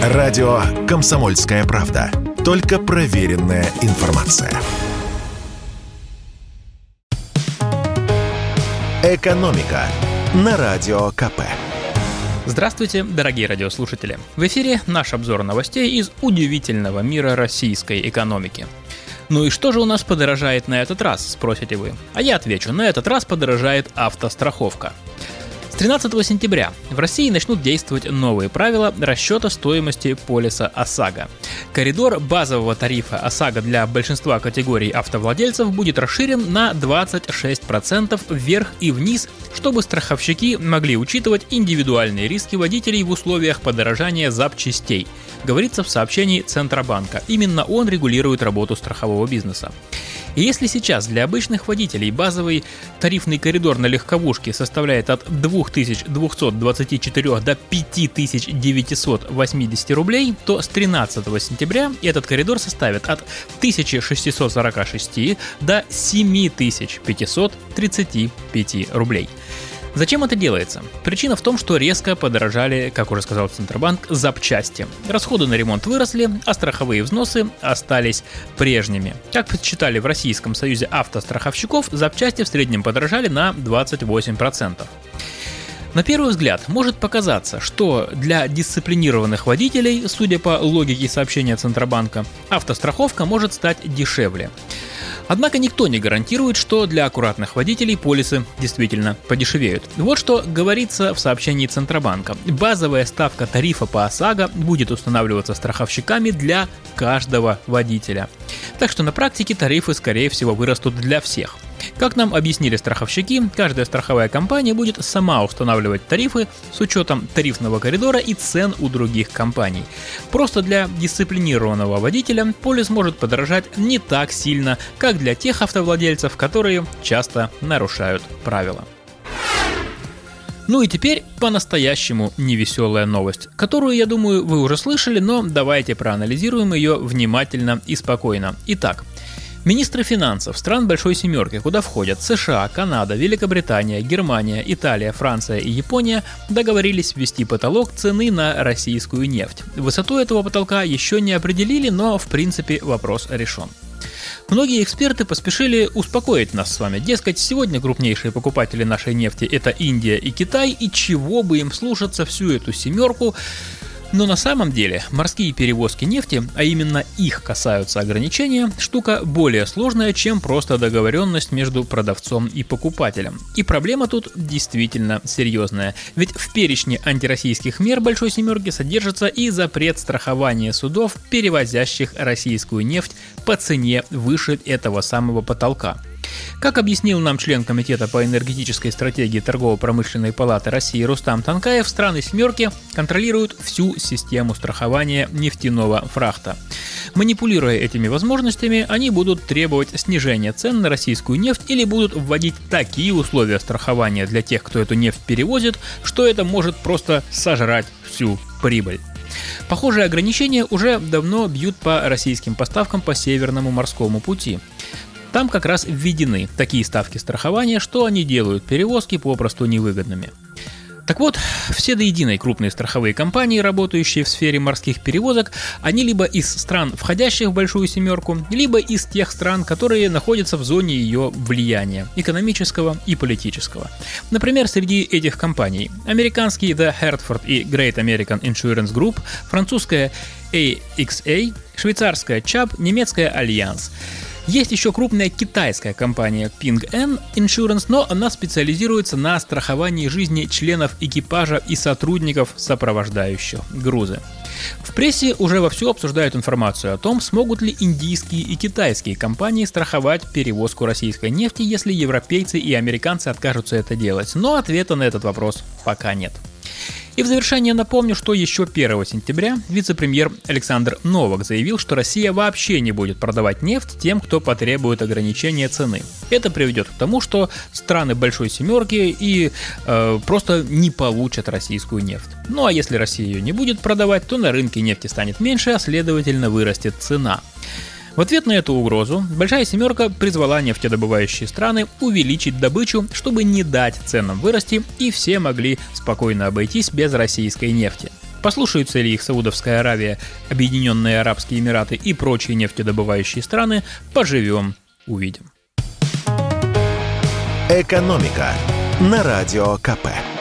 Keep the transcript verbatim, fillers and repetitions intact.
Радио «Комсомольская правда». Только проверенная информация. «Экономика» на Радио КП. Здравствуйте, дорогие радиослушатели! В эфире наш обзор новостей из удивительного мира российской экономики. Ну и что же у нас подорожает на этот раз, спросите вы? А я отвечу, на этот раз подорожает автостраховка. С тринадцатого сентября в России начнут действовать новые правила расчета стоимости полиса ОСАГО. Коридор базового тарифа ОСАГО для большинства категорий автовладельцев будет расширен на двадцать шесть процентов вверх и вниз, чтобы страховщики могли учитывать индивидуальные риски водителей в условиях подорожания запчастей, говорится в сообщении Центробанка. Именно он регулирует работу страхового бизнеса. И если сейчас для обычных водителей базовый тарифный коридор на легковушке составляет от две тысячи двести двадцать четыре до пять тысяч девятьсот восемьдесят рублей, то с тринадцатого сентября этот коридор составит от тысяча шестьсот сорок шесть до семь тысяч пятьсот тридцать пять рублей. Зачем это делается? Причина в том, что резко подорожали, как уже сказал Центробанк, запчасти. Расходы на ремонт выросли, а страховые взносы остались прежними. Как подсчитали в Российском союзе автостраховщиков, запчасти в среднем подорожали на двадцать восемь процентов. На первый взгляд может показаться, что для дисциплинированных водителей, судя по логике сообщения Центробанка, автостраховка может стать дешевле. Однако никто не гарантирует, что для аккуратных водителей полисы действительно подешевеют. Вот что говорится в сообщении Центробанка. Базовая ставка тарифа по ОСАГО будет устанавливаться страховщиками для каждого водителя. Так что на практике тарифы, скорее всего, вырастут для всех. Как нам объяснили страховщики, каждая страховая компания будет сама устанавливать тарифы с учетом тарифного коридора и цен у других компаний. Просто для дисциплинированного водителя полис может подорожать не так сильно, как для тех автовладельцев, которые часто нарушают правила. Ну и теперь по-настоящему невеселая новость, которую, я думаю, вы уже слышали, но давайте проанализируем ее внимательно и спокойно. Итак, министры финансов стран Большой Семерки, куда входят США, Канада, Великобритания, Германия, Италия, Франция и Япония, договорились ввести потолок цены на российскую нефть. Высоту этого потолка еще не определили, но в принципе вопрос решен. Многие эксперты поспешили успокоить нас с вами. Дескать, сегодня крупнейшие покупатели нашей нефти – это Индия и Китай, и чего бы им слушаться всю эту семерку. Но на самом деле морские перевозки нефти, а именно их касаются ограничения, штука более сложная, чем просто договоренность между продавцом и покупателем. И проблема тут действительно серьезная. Ведь в перечне антироссийских мер Большой Семерки содержится и запрет страхования судов, перевозящих российскую нефть по цене выше этого самого потолка. Как объяснил нам член Комитета по энергетической стратегии Торгово-промышленной палаты России Рустам Танкаев, страны «семерки» контролируют всю систему страхования нефтяного фрахта. Манипулируя этими возможностями, они будут требовать снижения цен на российскую нефть или будут вводить такие условия страхования для тех, кто эту нефть перевозит, что это может просто сожрать всю прибыль. Похожие ограничения уже давно бьют по российским поставкам по Северному морскому пути. Там как раз введены такие ставки страхования, что они делают перевозки попросту невыгодными. Так вот, все до единой крупные страховые компании, работающие в сфере морских перевозок, они либо из стран, входящих в Большую Семерку, либо из тех стран, которые находятся в зоне ее влияния, экономического и политического. Например, среди этих компаний американский The Hartford и Great American Insurance Group, французская эй икс эй, швейцарская чап, немецкая Allianz. Есть еще крупная китайская компания Ping An Insurance, но она специализируется на страховании жизни членов экипажа и сотрудников, сопровождающих грузы. В прессе уже вовсю обсуждают информацию о том, смогут ли индийские и китайские компании страховать перевозку российской нефти, если европейцы и американцы откажутся это делать, но ответа на этот вопрос пока нет. И в завершение напомню, что еще первого сентября вице-премьер Александр Новак заявил, что Россия вообще не будет продавать нефть тем, кто потребует ограничения цены. Это приведет к тому, что страны Большой Семерки и э, просто не получат российскую нефть. Ну а если Россия ее не будет продавать, то на рынке нефти станет меньше, а следовательно вырастет цена. В ответ на эту угрозу Большая Семерка призвала нефтедобывающие страны увеличить добычу, чтобы не дать ценам вырасти и все могли спокойно обойтись без российской нефти. Послушаются ли их Саудовская Аравия, Объединенные Арабские Эмираты и прочие нефтедобывающие страны, поживем, увидим. «Экономика» на Радио ка пэ.